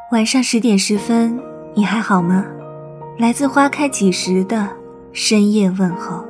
晚上10点10分，你还好吗？来自花开几时的深夜问候。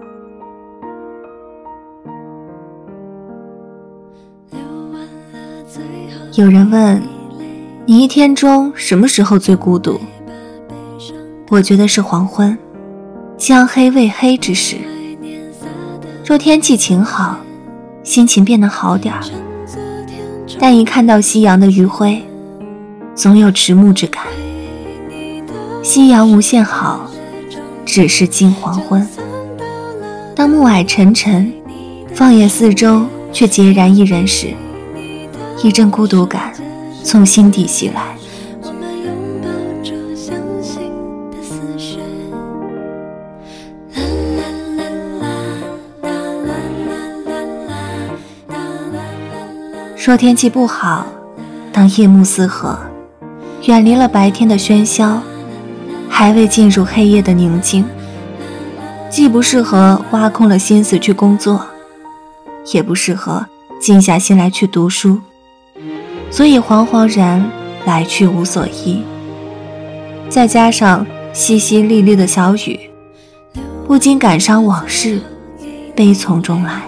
有人问你一天中什么时候最孤独？我觉得是黄昏，将黑未黑之时。若天气晴好，心情变得好点儿，但一看到夕阳的余晖，总有迟暮之感。夕阳无限好，只是近黄昏。当暮霭沉沉，放眼四周却孑然一人时，一阵孤独感从心底袭来。说天气不好，当夜幕四合，远离了白天的喧嚣，还未进入黑夜的宁静，既不适合挖空了心思去工作，也不适合静下心来去读书，所以惶惶然来去无所依。再加上淅淅沥沥的小雨，不禁感伤往事，悲从中来。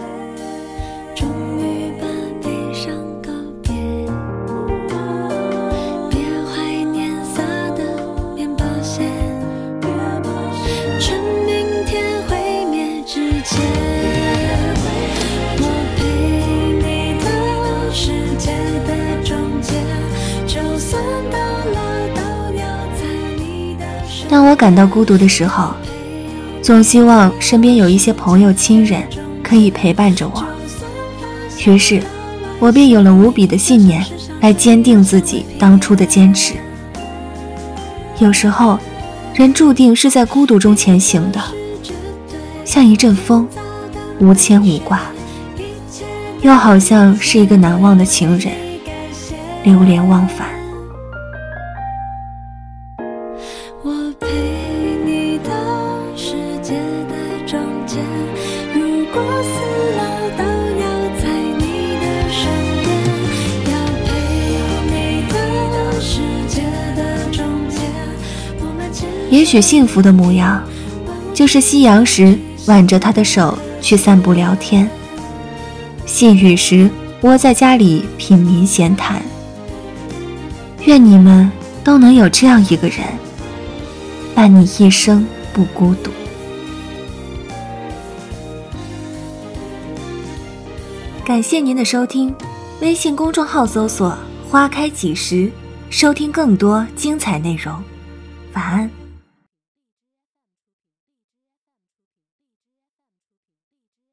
当我感到孤独的时候，总希望身边有一些朋友亲人可以陪伴着我，于是我便有了无比的信念来坚定自己当初的坚持。有时候人注定是在孤独中前行的，像一阵风，无牵无挂，又好像是一个难忘的情人，流连忘返。 我陪你到世界的终点，如果死了都要在你的身边，要陪你到世界的终点。 也许幸福的模样，就是夕阳时挽着他的手去散步聊天，细雨时窝在家里品茗闲谈。愿你们都能有这样一个人，伴你一生不孤独。感谢您的收听，微信公众号搜索花开几时，收听更多精彩内容。晚安。